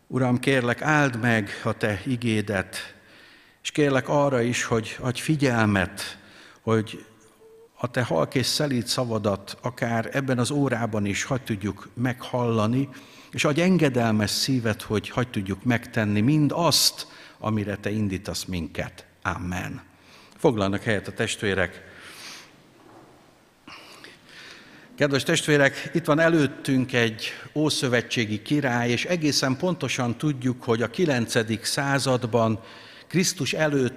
Uram, kérlek, áld meg a Te igédet, és kérlek arra is, hogy adj figyelmet, hogy a Te halk és szelíd szavadat akár ebben az órában is hadd tudjuk meghallani, és adj engedelmes szívet, hogy hadd tudjuk megtenni mind azt, amire Te indítasz minket. Amen. Foglalnak helyet a testvérek. Kedves testvérek, itt van előttünk egy ószövetségi király, és egészen pontosan tudjuk, hogy a 9. században, Krisztus előtt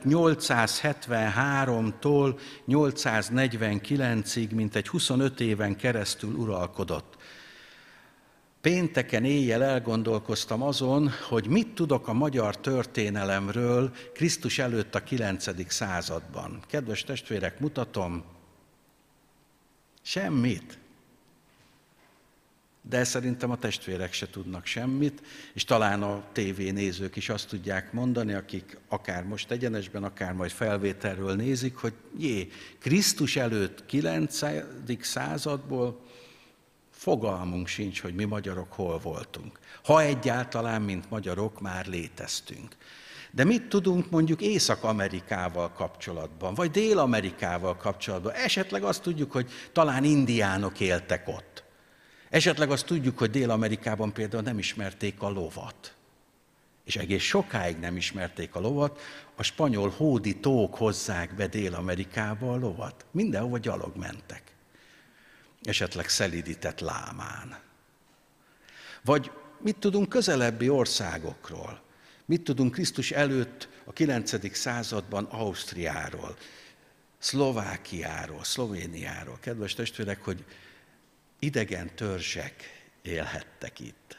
873-tól 849-ig, mintegy 25 éven keresztül uralkodott. Pénteken éjjel elgondolkoztam azon, hogy mit tudok a magyar történelemről Krisztus előtt a 9. században. Kedves testvérek, mutatom, semmit. De szerintem a testvérek se tudnak semmit, és talán a tévénézők is azt tudják mondani, akik akár most egyenesben, akár majd felvételről nézik, hogy Krisztus előtt 9. századból fogalmunk sincs, hogy mi magyarok hol voltunk. Ha egyáltalán, mint magyarok már léteztünk. De mit tudunk mondjuk Észak-Amerikával kapcsolatban, vagy Dél-Amerikával kapcsolatban? Esetleg azt tudjuk, hogy talán indiánok éltek ott. Esetleg azt tudjuk, hogy Dél-Amerikában például nem ismerték a lovat. És egész sokáig nem ismerték a lovat, a spanyol hódítók hozzák be Dél-Amerikába a lovat. Mindenhova gyalog mentek. Esetleg szelídített lámán. Vagy mit tudunk közelebbi országokról? Mit tudunk Krisztus előtt a 9. században Ausztriáról, Szlovákiáról, Szlovéniáról? Kedves testvérek, hogy idegen törzsek élhettek itt.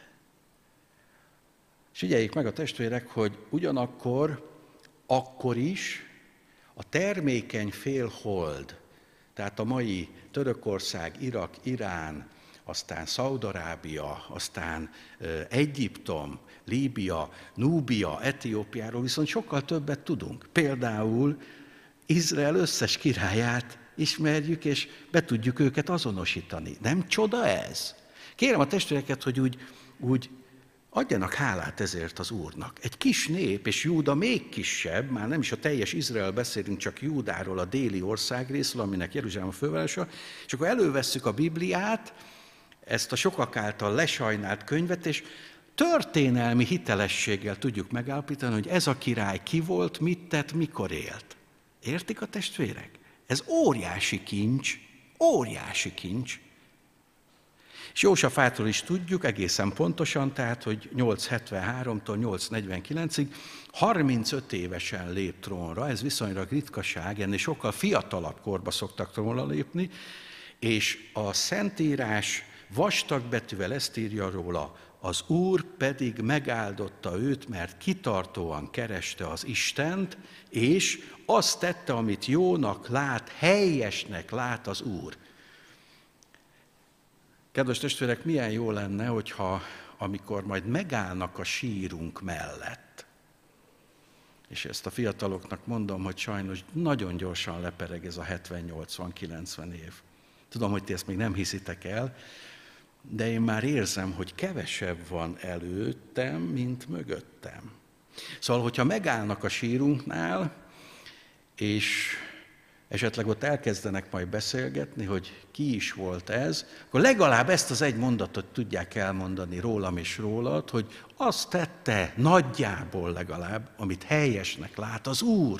És figyeljék meg a testvérek, hogy ugyanakkor, akkor is a termékeny félhold, tehát a mai Törökország, Irak, Irán, aztán Szaúd-Arábia, aztán Egyiptom, Líbia, Núbia, Etiópiáról viszont sokkal többet tudunk. Például Izrael összes királyát ismerjük, és be tudjuk őket azonosítani. Nem csoda ez? Kérem a testvéreket, hogy úgy adjanak hálát ezért az Úrnak. Egy kis nép, és Júda még kisebb, már nem is a teljes Izrael beszélünk, csak Júdáról, a déli országrészről, aminek Jeruzsálem a fővárosa, és akkor elővesszük a Bibliát, ezt a sokak által lesajnált könyvet, és történelmi hitelességgel tudjuk megállapítani, hogy ez a király ki volt, mit tett, mikor élt. Értik a testvérek? Ez óriási kincs, óriási kincs. És Jósafátról is tudjuk egészen pontosan, tehát, hogy 873-tól 849-ig 35 évesen lép trónra, ez viszonylag ritkaság, ennél sokkal fiatalabb korba szoktak trónra lépni, és a Szentírás vastag betűvel ezt írja róla, az Úr pedig megáldotta őt, mert kitartóan kereste az Istent, és azt tette, amit jónak lát, helyesnek lát az Úr. Kedves testvérek, milyen jó lenne, hogyha amikor majd megállnak a sírunk mellett, és ezt a fiataloknak mondom, hogy sajnos nagyon gyorsan lepereg ez a 70-80-90 év. Tudom, hogy ti ezt még nem hiszitek el, de én már érzem, hogy kevesebb van előttem, mint mögöttem. Szóval, hogyha megállnak a sírunknál, és esetleg ott elkezdenek majd beszélgetni, hogy ki is volt ez, akkor legalább ezt az egy mondatot tudják elmondani rólam és rólad, hogy azt tette nagyjából legalább, amit helyesnek lát az Úr.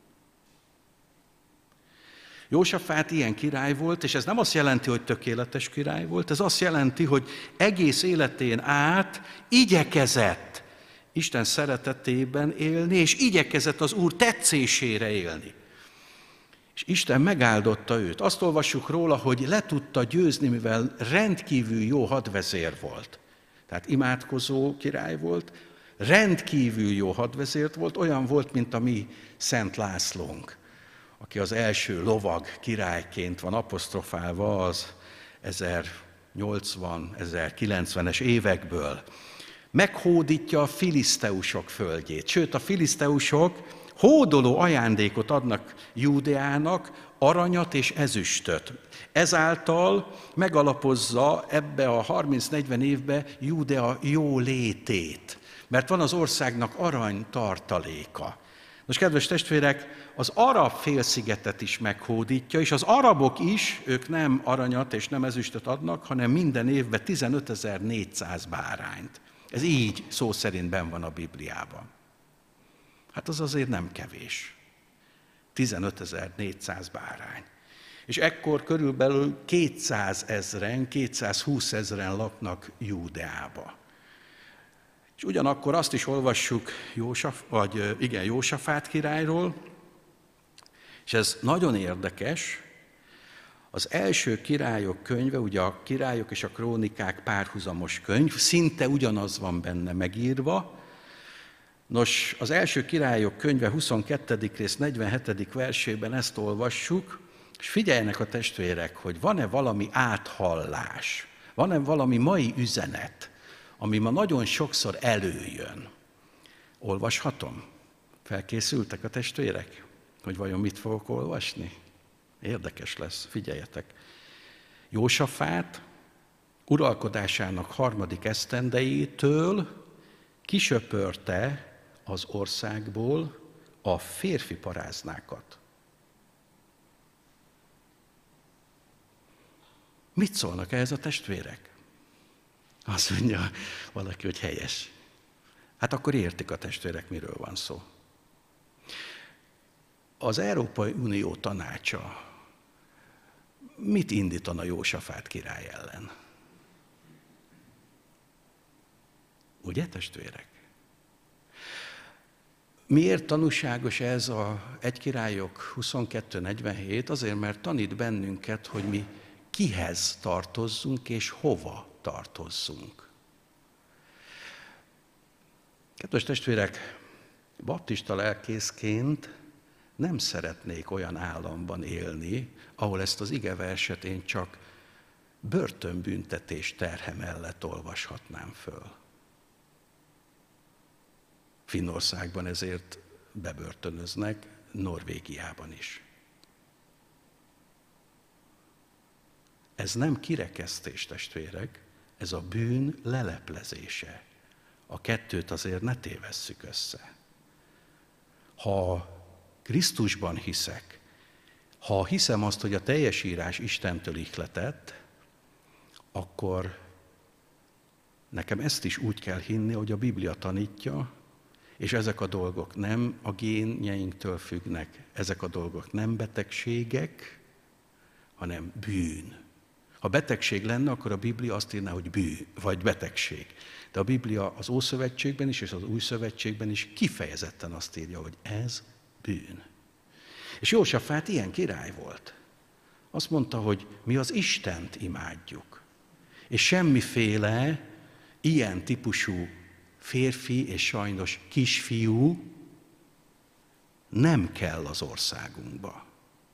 Jósafát ilyen király volt, és ez nem azt jelenti, hogy tökéletes király volt, ez azt jelenti, hogy egész életén át igyekezett Isten szeretetében élni, és igyekezett az Úr tetszésére élni. És Isten megáldotta őt. Azt olvassuk róla, hogy le tudta győzni, mivel rendkívül jó hadvezér volt. Tehát imádkozó király volt, rendkívül jó hadvezért volt, olyan volt, mint a mi Szent Lászlónk, aki az első lovag királyként van apostrofálva az 1080-1090-es évekből. Meghódítja a filiszteusok földjét. Sőt, a filiszteusok hódoló ajándékot adnak Júdeának, aranyat és ezüstöt. Ezáltal megalapozza ebbe a 30-40 évbe Júdea jó létét, mert van az országnak arany tartaléka. Most, kedves testvérek, az arab félszigetet is meghódítja, és az arabok is, ők nem aranyat és nem ezüstöt adnak, hanem minden évben 15.400 bárányt. Ez így szó szerint benn van a Bibliában. Hát az azért nem kevés. 15.400 bárány. És ekkor körülbelül 220 000 laknak Júdeába. És ugyanakkor azt is olvassuk Jósafát királyról, és ez nagyon érdekes, az első királyok könyve, ugye a királyok és a krónikák párhuzamos könyv, szinte ugyanaz van benne megírva. Nos, az első királyok könyve 22. rész 47. versében ezt olvassuk, és figyeljenek a testvérek, hogy van-e valami áthallás, van-e valami mai üzenet, ami ma nagyon sokszor előjön. Olvashatom? Felkészültek a testvérek, hogy vajon mit fogok olvasni? Érdekes lesz, figyeljetek. Jósafát uralkodásának 3. esztendejétől kisöpörte az országból a férfi paráznákat. Mit szólnak ehhez a testvérek? Azt mondja valaki, hogy helyes. Hát akkor értik a testvérek, miről van szó. Az Európai Unió tanácsa mit indítana Jósafát király ellen? Ugye, testvérek? Miért tanúságos ez a 1 Királyok 22.47? Azért, mert tanít bennünket, hogy mi kihez tartozzunk és hova tartozzunk. Kedves testvérek, baptista lelkészként nem szeretnék olyan államban élni, ahol ezt az igeverset én csak börtönbüntetés terhe mellett olvashatnám föl. Finnországban ezért bebörtönöznek, Norvégiában is. Ez nem kirekesztés, testvérek, ez a bűn leleplezése. A kettőt azért ne tévesszük össze. Ha Krisztusban hiszek, ha hiszem azt, hogy a teljes írás Istentől ihletett, akkor nekem ezt is úgy kell hinni, hogy a Biblia tanítja, és ezek a dolgok nem a génjeinktől függnek, ezek a dolgok nem betegségek, hanem bűn. Ha betegség lenne, akkor a Biblia azt írná, hogy bűn, vagy betegség. De a Biblia az Ószövetségben is, és az Új Szövetségben is kifejezetten azt írja, hogy ez bűn. És Jósafát ilyen király volt. Azt mondta, hogy mi az Istent imádjuk. És semmiféle ilyen típusú férfi és sajnos kisfiú nem kell az országunkba.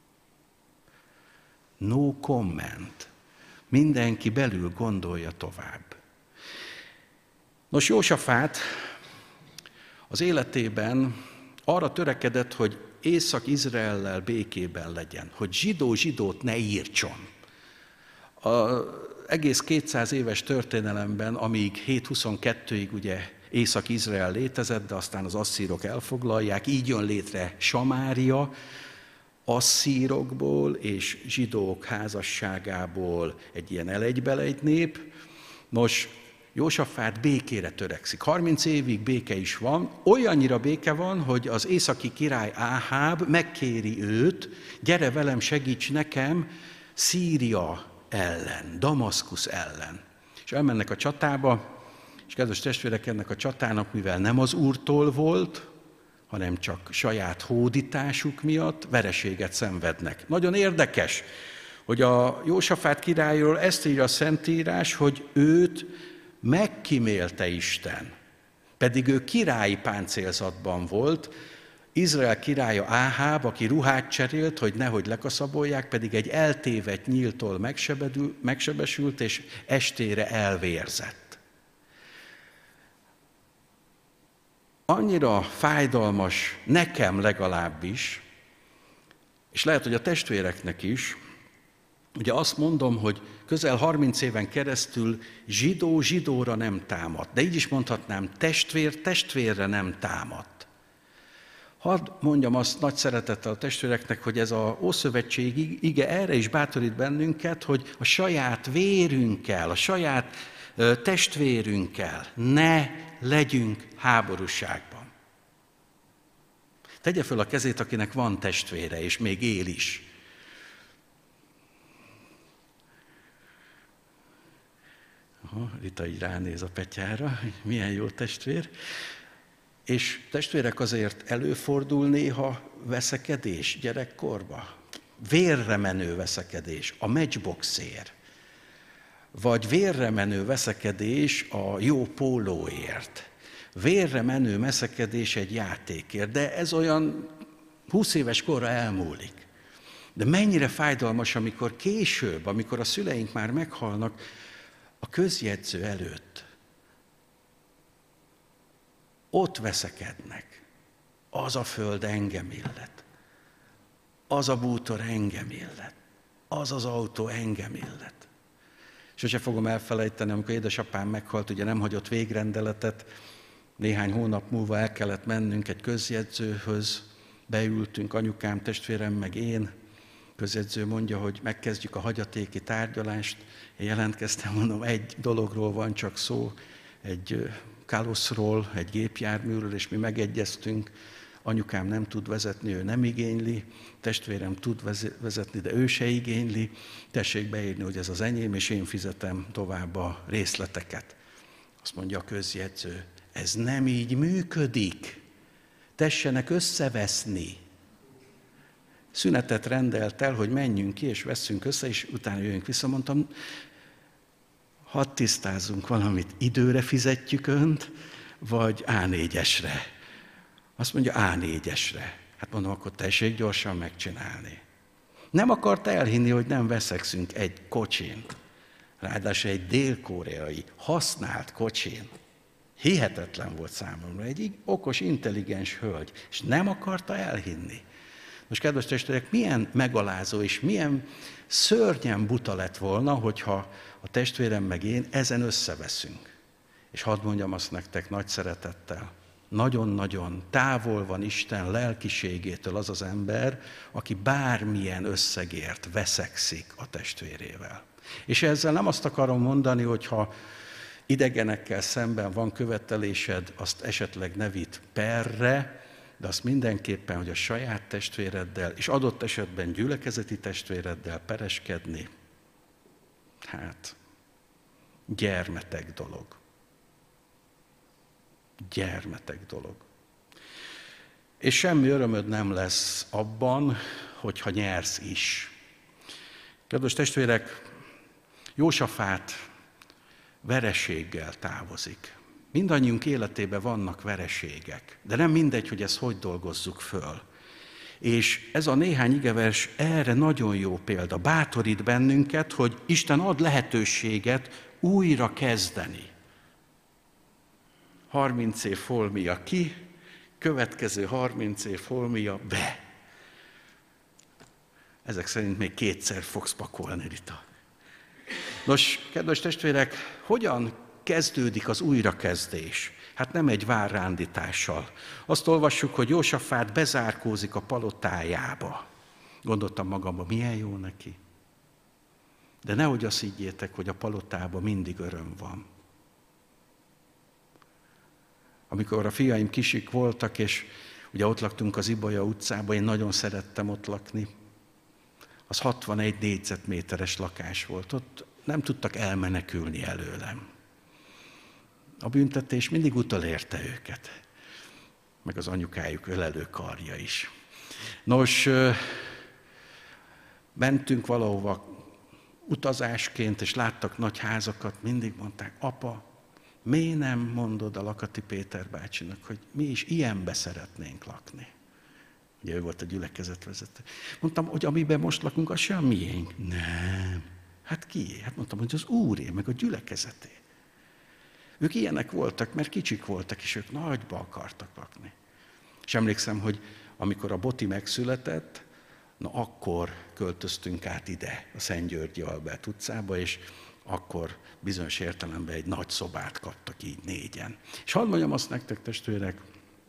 No comment. Mindenki belül gondolja tovább. Nos, Jósafát az életében arra törekedett, hogy Észak-Izraellel békében legyen, hogy zsidó zsidót ne írtson. Az egész 200 éves történelemben, amíg 722-ig ugye Észak-Izrael létezett, de aztán az asszírok elfoglalják, így jön létre Samária, asszírokból és zsidók házasságából egy ilyen elegybelegy nép. Nos, Jósafát békére törekszik. 30 évig béke is van, olyannyira béke van, hogy az északi király Áháb megkéri őt, gyere velem, segíts nekem Szíria ellen, Damaszkusz ellen. És elmennek a csatába, és kedves testvérek, ennek a csatának, mivel nem az Úrtól volt, hanem csak saját hódításuk miatt vereséget szenvednek. Nagyon érdekes, hogy a Jósafát királyról ezt írja a Szentírás, hogy őt megkímélte Isten, pedig ő királyi páncélzatban volt, Izrael királya Áháb, aki ruhát cserélt, hogy nehogy lekaszabolják, pedig egy eltévedt nyíltól megsebesült, és estére elvérzett. annyira fájdalmas, nekem legalábbis, és lehet, hogy a testvéreknek is, ugye azt mondom, hogy közel 30 éven keresztül zsidó zsidóra nem támad, de így is mondhatnám, testvér testvérre nem támadt. Hadd mondjam azt nagy szeretettel a testvéreknek, hogy ez az Ószövetség ige erre is bátorít bennünket, hogy a saját vérünkkel, a saját testvérünkkel ne legyünk háborúságban. Tegye föl a kezét, akinek van testvére, és még él is. Rita így ránéz a Petyára, milyen jó testvér. És testvérek, azért előfordul néha veszekedés gyerekkorba. Vérre menő veszekedés a matchboxért. Vagy vérre menő veszekedés a jó pólóért. Vérre menő veszekedés egy játékért. De ez olyan 20 éves korra elmúlik. De mennyire fájdalmas, amikor később, amikor a szüleink már meghalnak, a közjegyző előtt ott veszekednek. Az a föld engem illet. Az a bútor engem illet. Az az autó engem illet. Sose fogom elfelejteni, amikor édesapám meghalt, ugye nem hagyott végrendeletet, néhány hónap múlva el kellett mennünk egy közjegyzőhöz, beültünk, anyukám, testvérem meg én. Közjegyző mondja, hogy megkezdjük a hagyatéki tárgyalást. Én jelentkeztem, mondom, egy dologról van csak szó, egy kaloszról, egy gépjárműről, és mi megegyeztünk. Anyukám nem tud vezetni, ő nem igényli, testvérem tud vezetni, de ő se igényli. Tessék beírni, hogy ez az enyém, és én fizetem tovább a részleteket. Azt mondja a közjegyző, ez nem így működik. Tessenek összeveszni. Szünetet rendelt el, hogy menjünk ki, és vesszünk össze, és utána jöjjünk vissza. Mondtam, hadd tisztázzunk valamit, időre fizetjük önt, vagy A4-esre? Azt mondja, A4-esre. Hát mondom, akkor tessék gyorsan megcsinálni. Nem akarta elhinni, hogy nem veszekszünk egy kocsin. Ráadásul egy dél-koreai, használt kocsin. Hihetetlen volt számomra, egy okos, intelligens hölgy, és nem akarta elhinni. Most, kedves testvérek, milyen megalázó és milyen szörnyen buta lett volna, hogyha a testvérem meg én ezen összeveszünk. És hadd mondjam azt nektek nagy szeretettel, nagyon-nagyon távol van Isten lelkiségétől az az ember, aki bármilyen összegért veszekszik a testvérével. És ezzel nem azt akarom mondani, hogyha idegenekkel szemben van követelésed, azt esetleg ne vidd perre, de azt mindenképpen, hogy a saját testvéreddel, és adott esetben gyülekezeti testvéreddel pereskedni, hát gyermetek dolog. Gyermetek dolog. És semmi örömöd nem lesz abban, hogyha nyersz is. Kedves testvérek, Jósafát vereséggel távozik. Mindannyiunk életében vannak vereségek, de nem mindegy, hogy ezt hogy dolgozzuk föl. És ez a néhány igevers erre nagyon jó példa. Bátorít bennünket, hogy Isten ad lehetőséget újra kezdeni. 30 év holmia ki, következő 30 év holmia be. Ezek szerint még 2-szer fogsz pakolni, Rita. Nos, kedves testvérek, hogyan kezdődik az újrakezdés? Hát nem egy várrándítással. Azt olvassuk, hogy Jósafát bezárkózik a palotájába. Gondoltam magamban, milyen jó neki. De nehogy azt higgyétek, hogy a palotában mindig öröm van. Amikor a fiaim kisik voltak, és ugye ott laktunk az Ibolya utcában, én nagyon szerettem ott lakni. Az 61 négyzetméteres lakás volt. Ott nem tudtak elmenekülni előlem. A büntetés mindig utolérte őket. Meg az anyukájuk ölelő karja is. Nos, mentünk valahova utazásként, és láttak nagy házakat, mindig mondták, apa, miért nem mondod a Lakati Péter bácsinak, hogy mi is ilyenbe szeretnénk lakni? Ugye ő volt a gyülekezetvezető. Mondtam, hogy amiben most lakunk, az sem miénk. Nem. Hát kié? Hát mondtam, hogy az Úré, meg a gyülekezeté. Ők ilyenek voltak, mert kicsik voltak, és ők nagyba akartak lakni. És emlékszem, hogy amikor a Boti megszületett, na akkor költöztünk át ide, a Szentgyörgyi Albert utcába, és akkor bizonyos értelemben egy nagy szobát kaptak így 4-en. És hadd mondjam azt nektek, testvérek,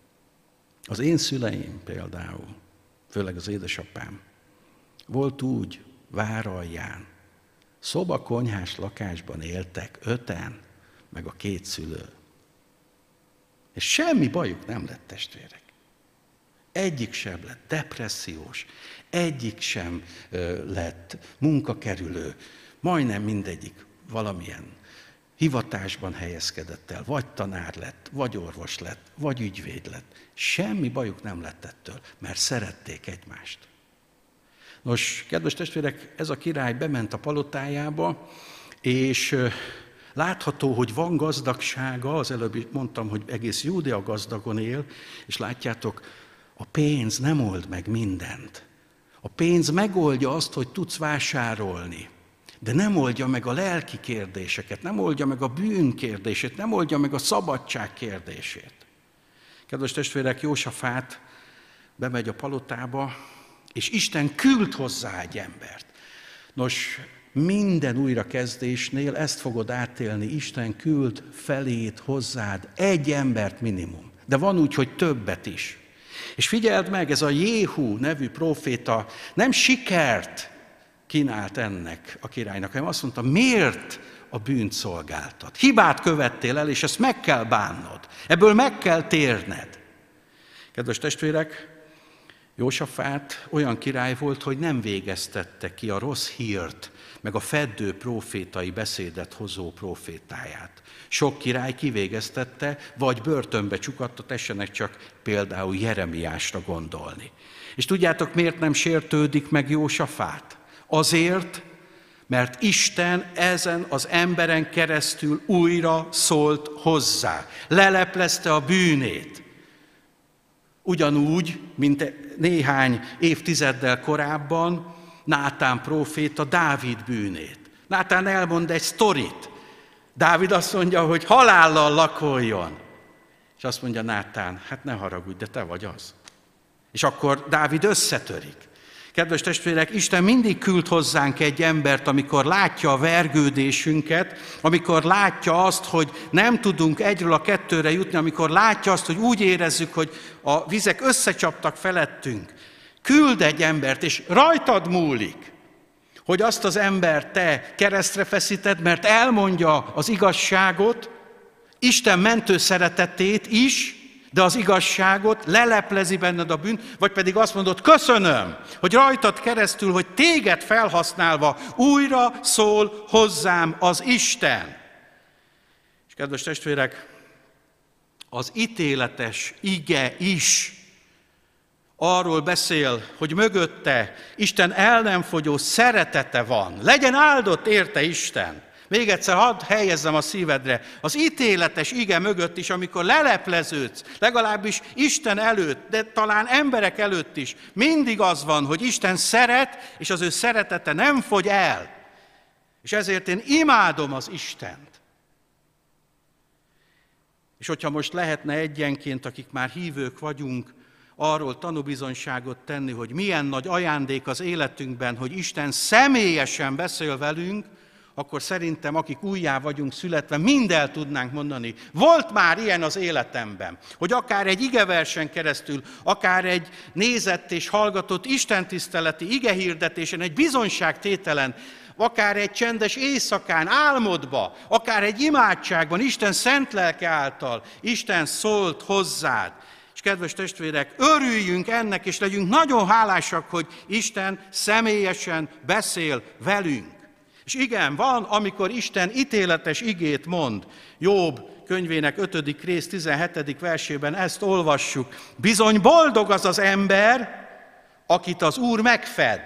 az én szüleim például, főleg az édesapám, volt úgy Váralján, szobakonyhás lakásban éltek 5-en, meg a 2 szülő. És semmi bajuk nem lett, testvérek. Egyik sem lett depressziós, egyik sem lett munkakerülő, majdnem mindegyik valamilyen hivatásban helyezkedett el, vagy tanár lett, vagy orvos lett, vagy ügyvéd lett. Semmi bajuk nem lett ettől, mert szerették egymást. Nos, kedves testvérek, ez a király bement a palotájába, és látható, hogy van gazdagsága, az előbb is mondtam, hogy egész Júdea gazdagon él, és látjátok, a pénz nem old meg mindent. A pénz megoldja azt, hogy tudsz vásárolni, de nem oldja meg a lelki kérdéseket, nem oldja meg a bűn kérdését, nem oldja meg a szabadság kérdését. Kedves testvérek, Jósafát bemegy a palotába, és Isten küld hozzá egy embert. Nos, minden újrakezdésnél ezt fogod átélni, Isten küld feléd, hozzád egy embert minimum, de van úgy, hogy többet is. És figyeld meg, ez a Jéhu nevű próféta nem sikert kínált ennek a királynak, hanem azt mondta, miért a bűnt szolgáltad? Hibát követtél el, és ezt meg kell bánnod. Ebből meg kell térned. Kedves testvérek, Jósafát olyan király volt, hogy nem végeztette ki a rossz hírt, meg a feddő prófétai beszédet hozó prófétáját. Sok király kivégeztette, vagy börtönbe csukatta, tessenek csak például Jeremiásra gondolni. És tudjátok, miért nem sértődik meg Jósafát? Azért, mert Isten ezen az emberen keresztül újra szólt hozzá. Leleplezte a bűnét. Ugyanúgy, mint néhány évtizeddel korábban Nátán próféta Dávid bűnét. Nátán elmond egy sztorit. Dávid azt mondja, hogy halállal lakoljon. És azt mondja Nátán, hát ne haragudj, de te vagy az. És akkor Dávid összetörik. Kedves testvérek, Isten mindig küld hozzánk egy embert, amikor látja a vergődésünket, amikor látja azt, hogy nem tudunk 1-ről a 2-re jutni, amikor látja azt, hogy úgy érezzük, hogy a vizek összecsaptak felettünk. Küld egy embert, és rajtad múlik, hogy azt az embert te keresztre feszíted, mert elmondja az igazságot, Isten mentő szeretetét is, de az igazságot, leleplezi benned a bűnt, vagy pedig azt mondod, köszönöm, hogy rajtad keresztül, hogy téged felhasználva újra szól hozzám az Isten. És kedves testvérek, az ítéletes ige is arról beszél, hogy mögötte Isten el nem fogyó szeretete van. Legyen áldott érte Isten. Még egyszer hadd helyezzem a szívedre, az ítéletes ige mögött is, amikor lelepleződsz, legalábbis Isten előtt, de talán emberek előtt is, mindig az van, hogy Isten szeret, és az ő szeretete nem fogy el. És ezért én imádom az Istent. És hogyha most lehetne egyenként, akik már hívők vagyunk, arról tanúbizonyságot tenni, hogy milyen nagy ajándék az életünkben, hogy Isten személyesen beszél velünk, akkor szerintem, akik újjá vagyunk születve, mind el tudnánk mondani. Volt már ilyen az életemben, hogy akár egy igeversen keresztül, akár egy nézett és hallgatott istentiszteleti igehirdetésen, egy bizonyságtételen, akár egy csendes éjszakán, álmodba, akár egy imádságban, Isten szent lelke által, Isten szólt hozzád. És kedves testvérek, örüljünk ennek, és legyünk nagyon hálásak, hogy Isten személyesen beszél velünk. És igen, van, amikor Isten ítéletes igét mond. Jobb könyvének 5. rész 17. versében ezt olvassuk. Bizony boldog az az ember, akit az Úr megfed.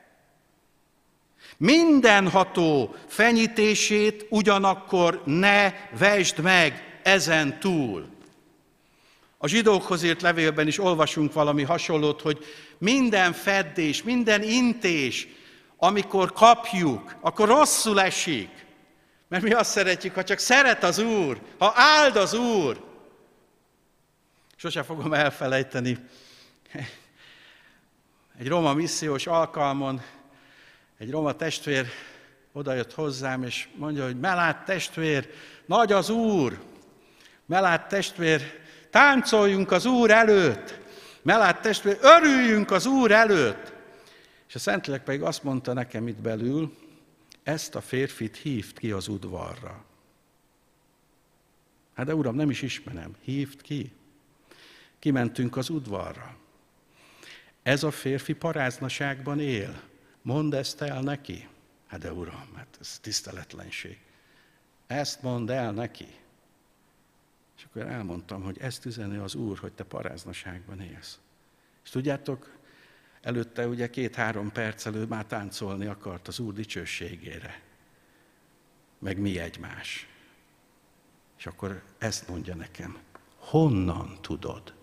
Mindenható fenyítését ugyanakkor ne vesd meg ezen túl. A zsidókhoz írt levélben is olvasunk valami hasonlót, hogy minden feddés, minden intés, amikor kapjuk, akkor rosszul esik, Mert mi azt szeretjük, ha csak szeret az Úr, ha áld az Úr. Sose fogom elfelejteni. Egy roma missziós alkalmon egy roma testvér odajött hozzám, és mondja, hogy Melát testvér, nagy az Úr! Melát testvér, táncoljunk az Úr előtt! Melát testvér, örüljünk az Úr előtt! És a Szentlélek pedig azt mondta nekem itt belül, ezt a férfit hívd ki az udvarra. Hát de Uram, nem is ismerem, hívd ki. Kimentünk az udvarra. Ez a férfi paráznaságban él. Mondd ezt el neki. Hát de Uram, hát ez tiszteletlenség. Ezt mondd el neki. És akkor elmondtam, hogy ezt üzeni az Úr, hogy te paráznaságban élsz. És tudjátok, előtte ugye 2-3 perc előtt már táncolni akart az Úr dicsőségére. Meg mi egymás. És akkor ezt mondja nekem. Honnan tudod?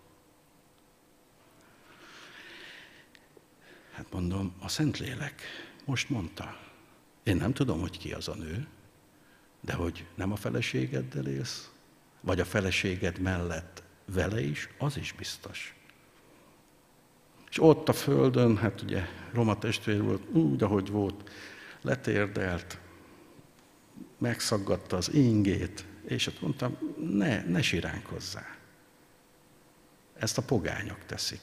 Hát mondom, a Szentlélek most mondta. Én nem tudom, hogy ki az a nő, de hogy nem a feleségeddel élsz, vagy a feleséged mellett vele is, az is biztos. És ott a földön, hát ugye roma testvér volt, úgy, ahogy volt, letérdelt, megszaggatta az ingét, és ott mondtam, ne siránkozzál. Ezt a pogányok teszik.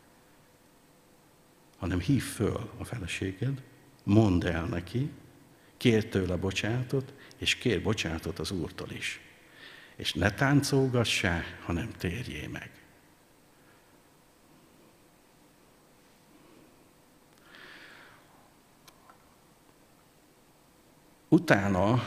Hanem hív föl a feleséged, mondd el neki, kérj tőle bocsánatot, és kérj bocsánatot az Úrtól is. És ne táncolgassál, hanem térjél meg. Utána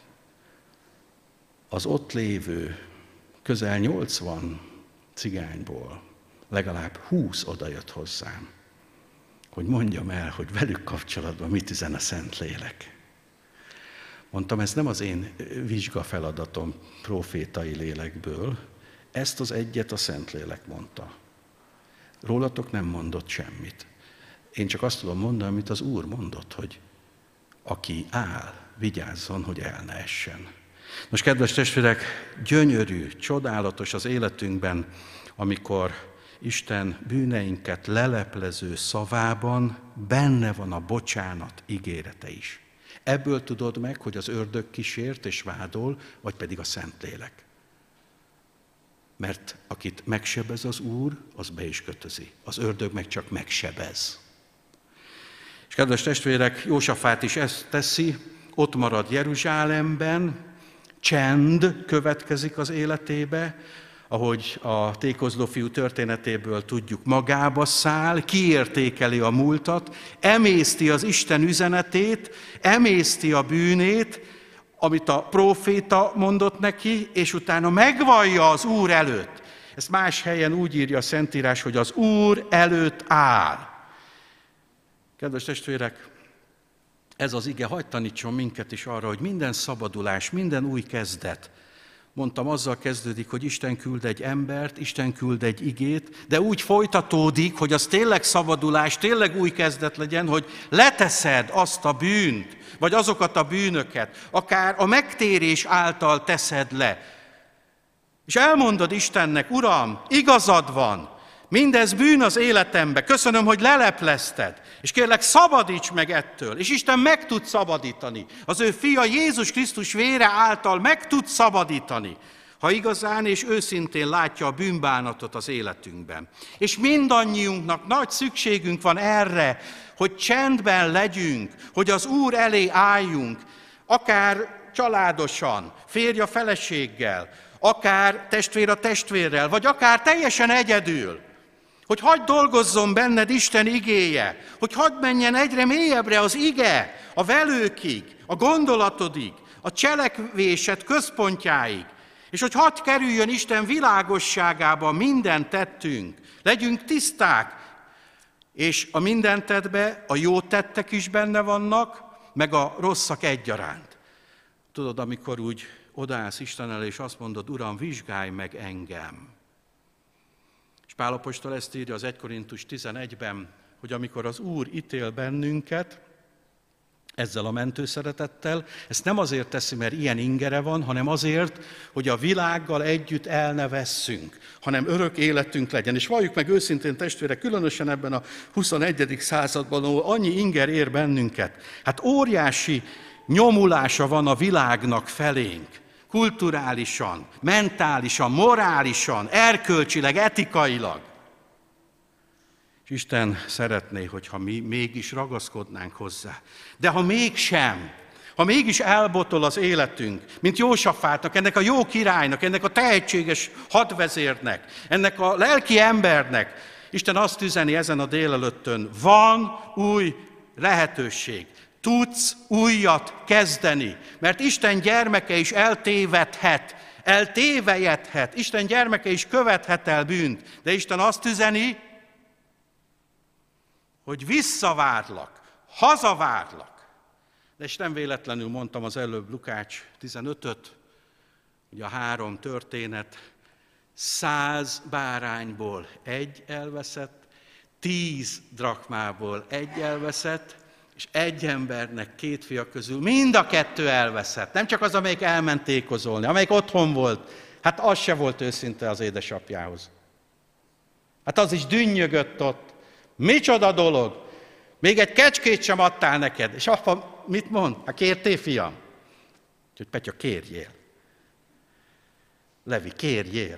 az ott lévő közel 80 cigányból legalább 20 odajött hozzám, hogy mondjam el, hogy velük kapcsolatban mit üzen a Szentlélek. Mondtam, ez nem az én vizsgafeladatom profétai lélekből, ezt az egyet a Szentlélek mondta. Rólatok nem mondott semmit. Én csak azt tudom mondani, amit az Úr mondott, hogy aki áll, vigyázzon, hogy el ne essen. Most, kedves testvérek, gyönyörű, csodálatos az életünkben, amikor Isten bűneinket leleplező szavában benne van a bocsánat ígérete is. Ebből tudod meg, hogy az ördög kísért és vádol, vagy pedig a Szentlélek. Mert akit megsebez az Úr, az be is kötözi. Az ördög meg csak megsebez. És kedves testvérek, Jósafát is ezt teszi, ott marad Jeruzsálemben, csend következik az életébe, ahogy a tékozló fiú történetéből tudjuk, magába száll, kiértékeli a múltat, emészti az Isten üzenetét, emészti a bűnét, amit a próféta mondott neki, és utána megvallja az Úr előtt. Ezt más helyen úgy írja a Szentírás, hogy az Úr előtt áll. Kedves testvérek, ez az ige hadd tanítson minket is arra, hogy minden szabadulás, minden új kezdet, mondtam, azzal kezdődik, hogy Isten küld egy embert, Isten küld egy igét, de úgy folytatódik, hogy az tényleg szabadulás, tényleg új kezdet legyen, hogy leteszed azt a bűnt, vagy azokat a bűnöket, akár a megtérés által teszed le. És elmondod Istennek, Uram, igazad van, mindez bűn az életembe, köszönöm, hogy leleplezted, és kérlek, szabadíts meg ettől, és Isten meg tud szabadítani. Az ő fia Jézus Krisztus vére által meg tud szabadítani, ha igazán és őszintén látja a bűnbánatot az életünkben. És mindannyiunknak nagy szükségünk van erre, hogy csendben legyünk, hogy az Úr elé álljunk, akár családosan, férj a feleséggel, akár testvér a testvérrel, vagy akár teljesen egyedül. Hogy hagyd dolgozzon benned Isten igéje, hogy hagyd menjen egyre mélyebbre az ige, a velőkig, a gondolatodig, a cselekvésed központjáig, és hogy hadd kerüljön Isten világosságába minden tettünk, legyünk tiszták, és a minden tettbe a jó tettek is benne vannak, meg a rosszak egyaránt. Tudod, amikor úgy odaállsz Isten elé, és azt mondod, Uram, vizsgálj meg engem. És Pál apostol ezt írja az 1 Korintus 11-ben, hogy amikor az Úr ítél bennünket, ezzel a mentőszeretettel. Ezt nem azért teszi, mert ilyen ingere van, hanem azért, hogy a világgal együtt el ne vesszünk, hanem örök életünk legyen. És valljuk meg őszintén, testvérek, különösen ebben a 21. században, ahol annyi inger ér bennünket. Hát óriási nyomulása van a világnak felénk. Kulturálisan, mentálisan, morálisan, erkölcsileg, etikailag. És Isten szeretné, hogyha mi mégis ragaszkodnánk hozzá. De ha mégsem, ha mégis elbotol az életünk, mint Jósafátnak, ennek a jó királynak, ennek a tehetséges hadvezérnek, ennek a lelki embernek, Isten azt üzeni ezen a délelőttön, van új lehetőség. Tudsz újat kezdeni, mert Isten gyermeke is eltévejedhet, Isten gyermeke is követhet el bűnt, de Isten azt üzeni, hogy visszavárlak, hazavárlak. De és nem véletlenül mondtam az előbb Lukács 15-öt, ugye a 3 történet, 100 bárányból 1 elveszett, 10 drachmából 1 elveszett, és 1 embernek 2 fia közül mind a 2 elveszett. Nem csak az, amelyik elment tékozolni, amelyik otthon volt, hát az se volt őszinte az édesapjához. Hát az is dünnyögött ott. Micsoda dolog! Még egy kecskét sem adtál neked. És apa mit mond? Hát kértél, fiam? Úgyhogy Petya, kérjél. Levi, kérjél.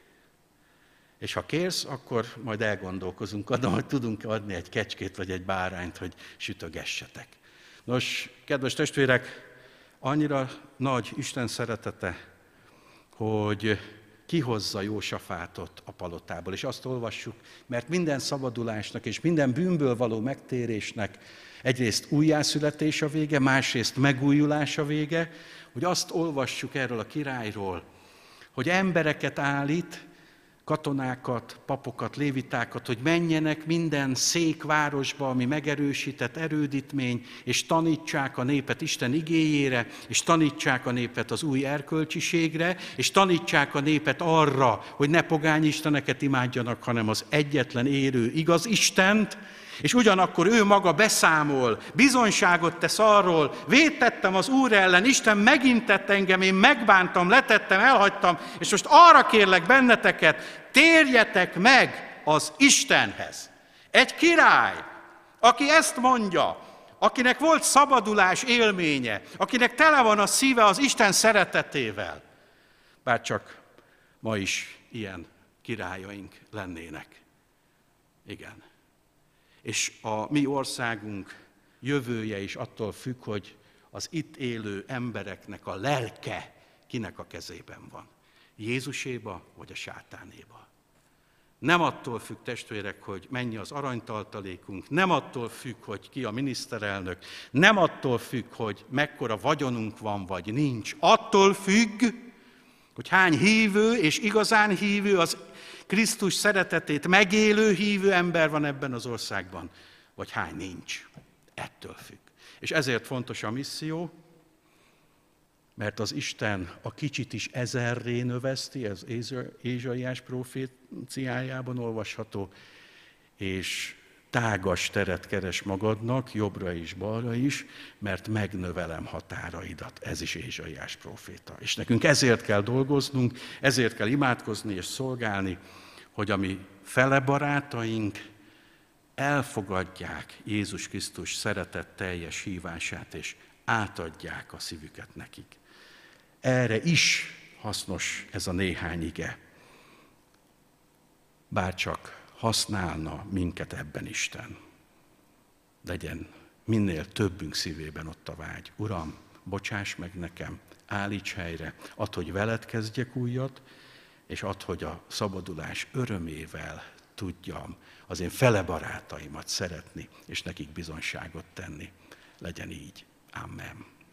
És ha kérsz, akkor majd elgondolkozunk adom, hogy tudunk adni egy kecskét vagy egy bárányt, hogy sütögessetek. Nos, kedves testvérek, annyira nagy Isten szeretete, hogy kihozza Jósafátot a palotából. És azt olvassuk, mert minden szabadulásnak és minden bűnből való megtérésnek egyrészt újjászületés a vége, másrészt megújulás a vége, hogy azt olvassuk erről a királyról, hogy embereket állít, katonákat, papokat, lévitákat, hogy menjenek minden székvárosba, ami megerősített erődítmény, és tanítsák a népet Isten igéjére, és tanítsák a népet az új erkölcsiségre, és tanítsák a népet arra, hogy ne pogányisteneket imádjanak, hanem az egyetlen élő igaz Istent, és ugyanakkor ő maga beszámol, bizonyságot tesz arról, vétettem az Úr ellen, Isten megintett engem, én megbántam, letettem, elhagytam, és most arra kérlek benneteket, térjetek meg az Istenhez. Egy király, aki ezt mondja, akinek volt szabadulás élménye, akinek tele van a szíve az Isten szeretetével, bárcsak ma is ilyen királyaink lennének. Igen. És a mi országunk jövője is attól függ, hogy az itt élő embereknek a lelke kinek a kezében van. Jézuséba vagy a sátánéba. Nem attól függ, testvérek, hogy mennyi az aranytartalékunk, nem attól függ, hogy ki a miniszterelnök, nem attól függ, hogy mekkora vagyonunk van vagy nincs. Attól függ, hogy hány hívő és igazán hívő, az Krisztus szeretetét megélő hívő ember van ebben az országban, vagy hány nincs. Ettől függ. És ezért fontos a misszió, mert az Isten a kicsit is 1000-ré növeszti, ez Ézsaiás proféciájában olvasható, és tágas teret keres magadnak, jobbra és balra is, mert megnövelem határaidat. Ez is Ézsaiás próféta. És nekünk ezért kell dolgoznunk, ezért kell imádkozni és szolgálni, hogy a mi fele barátaink elfogadják Jézus Krisztus szeretetteljes hívását, és átadják a szívüket nekik. Erre is hasznos ez a néhány ige. Bárcsak használna minket ebben Isten. Legyen minél többünk szívében ott a vágy. Uram, bocsáss meg nekem, állíts helyre, add, hogy veled kezdjek újat, és add, hogy a szabadulás örömével tudjam az én fele barátaimat szeretni, és nekik bizonyságot tenni. Legyen így. Amen.